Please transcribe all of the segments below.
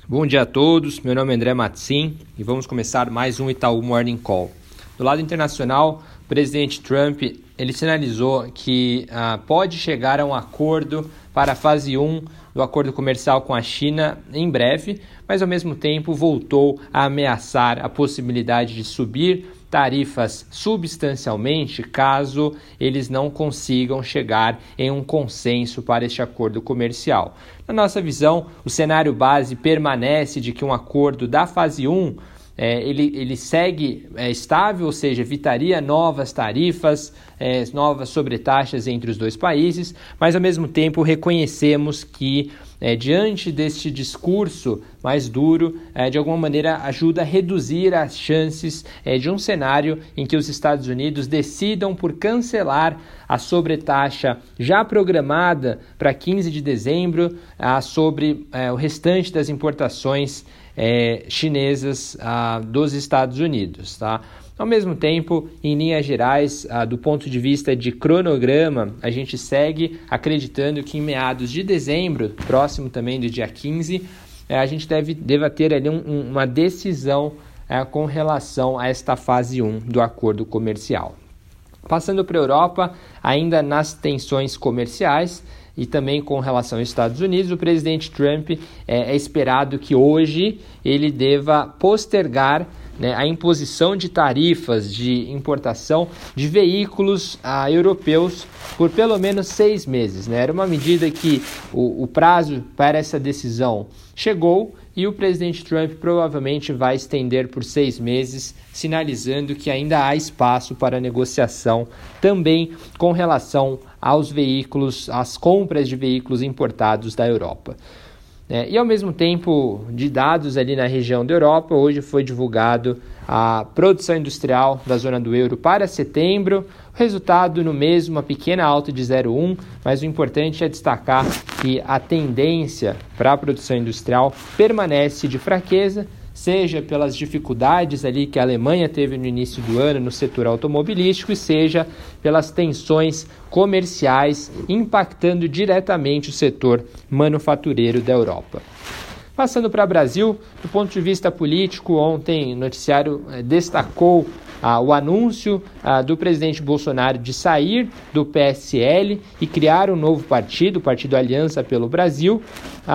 Bom dia a todos, meu nome é André Matzin e vamos começar mais um Itaú Morning Call. Do lado internacional, o presidente Trump ele sinalizou que pode chegar a um acordo para a fase 1 do acordo comercial com a China em breve, mas ao mesmo tempo voltou a ameaçar a possibilidade de subir tarifas substancialmente caso eles não consigam chegar em um consenso para este acordo comercial. Na nossa visão, o cenário base permanece de que um acordo da fase 1 ele segue estável, ou seja, evitaria novas tarifas, novas sobretaxas entre os dois países, mas ao mesmo tempo reconhecemos que diante deste discurso mais duro, de alguma maneira ajuda a reduzir as chances de um cenário em que os Estados Unidos decidam por cancelar a sobretaxa já programada para 15 de dezembro sobre o restante das importações chinesas dos Estados Unidos, tá? Ao mesmo tempo, em linhas gerais, do ponto de vista de cronograma, a gente segue acreditando que em meados de dezembro, próximo também do dia 15, a gente deva ter ali uma decisão com relação a esta fase 1 do acordo comercial. Passando para a Europa, ainda nas tensões comerciais e também com relação aos Estados Unidos, o presidente Trump é esperado que hoje ele deva postergar a imposição de tarifas de importação de veículos europeus por pelo menos 6 meses. Era uma medida que o prazo para essa decisão chegou e o presidente Trump provavelmente vai estender por 6 meses, sinalizando que ainda há espaço para negociação também com relação aos veículos, às compras de veículos importados da Europa. E ao mesmo tempo de dados ali na região da Europa, hoje foi divulgado a produção industrial da zona do euro para setembro, o resultado no mês uma pequena alta de 0,1, mas o importante é destacar que a tendência para a produção industrial permanece de fraqueza, seja pelas dificuldades ali que a Alemanha teve no início do ano no setor automobilístico e seja pelas tensões comerciais impactando diretamente o setor manufatureiro da Europa. Passando para o Brasil, do ponto de vista político, ontem o noticiário destacou o anúncio do presidente Bolsonaro de sair do PSL e criar um novo partido, o Partido Aliança pelo Brasil.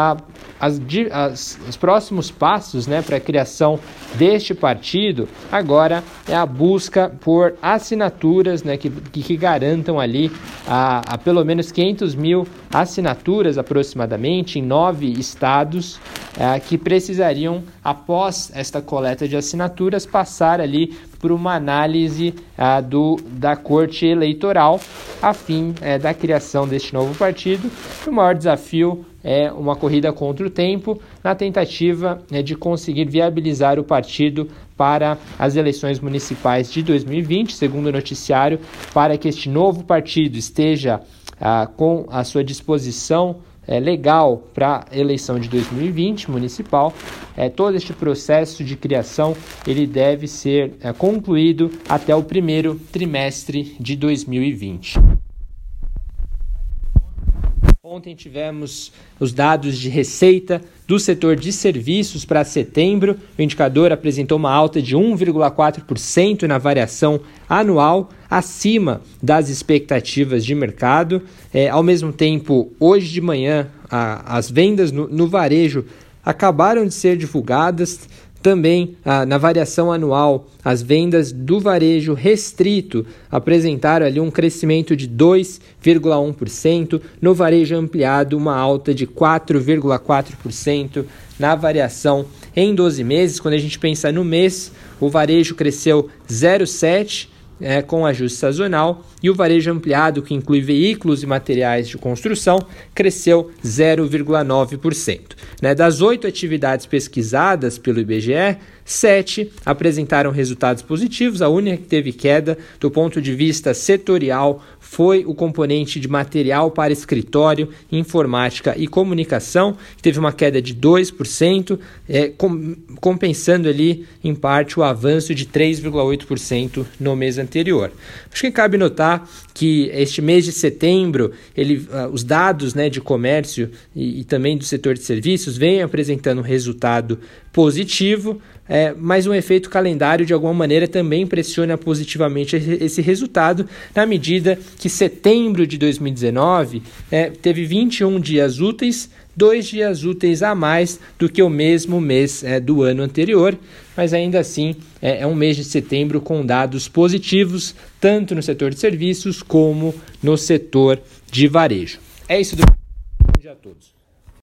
Os próximos passos para a criação deste partido agora é a busca por assinaturas que garantam ali a pelo menos 500 mil assinaturas aproximadamente em 9 estados que precisariam, após esta coleta de assinaturas, passar ali por uma análise da Corte Eleitoral a fim da criação deste novo partido. O maior desafio é uma corrida contra o tempo na tentativa de conseguir viabilizar o partido para as eleições municipais de 2020, segundo o noticiário, para que este novo partido esteja com a sua disposição legal para a eleição de 2020 municipal. Todo este processo de criação ele deve ser concluído até o primeiro trimestre de 2020. Ontem tivemos os dados de receita do setor de serviços para setembro. O indicador apresentou uma alta de 1,4% na variação anual, acima das expectativas de mercado. Ao mesmo tempo, hoje de manhã, as vendas no varejo acabaram de ser divulgadas. Também, na variação anual, as vendas do varejo restrito apresentaram ali um crescimento de 2,1%, no varejo ampliado uma alta de 4,4% na variação em 12 meses. Quando a gente pensa no mês, o varejo cresceu 0,7%, com ajuste sazonal, e o varejo ampliado, que inclui veículos e materiais de construção, cresceu 0,9%. Das 8 atividades pesquisadas pelo IBGE, 7 apresentaram resultados positivos. A única que teve queda do ponto de vista setorial foi o componente de material para escritório, informática e comunicação, que teve uma queda de 2%, compensando ali, em parte, o avanço de 3,8% no mês anterior. anterior. Acho que cabe notar que este mês de setembro, os dados, né, de comércio e também do setor de serviços vêm apresentando um resultado positivo, mas um efeito calendário de alguma maneira também pressiona positivamente esse resultado, na medida que setembro de 2019 teve 21 dias úteis, 2 dias úteis a mais do que o mesmo mês do ano anterior, mas ainda assim é um mês de setembro com dados positivos, tanto no setor de serviços como no setor de varejo. É isso, a todos.